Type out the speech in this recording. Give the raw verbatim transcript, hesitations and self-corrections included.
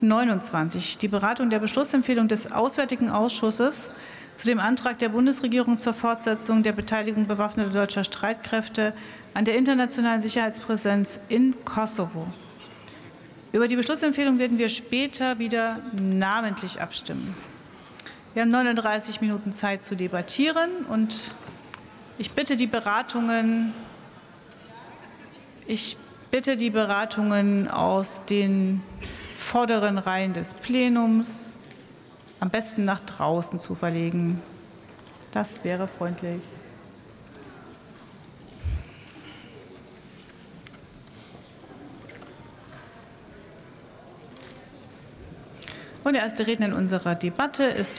neunundzwanzig. Die Beratung der Beschlussempfehlung des Auswärtigen Ausschusses zu dem Antrag der Bundesregierung zur Fortsetzung der Beteiligung bewaffneter deutscher Streitkräfte an der internationalen Sicherheitspräsenz in Kosovo. Über die Beschlussempfehlung werden wir später wieder namentlich abstimmen. Wir haben neununddreißig Minuten Zeit zu debattieren und ich bitte die Beratungen, ich bitte die Beratungen aus den vorderen Reihen des Plenums am besten nach draußen zu verlegen. Das wäre freundlich. Und der erste Redner in unserer Debatte ist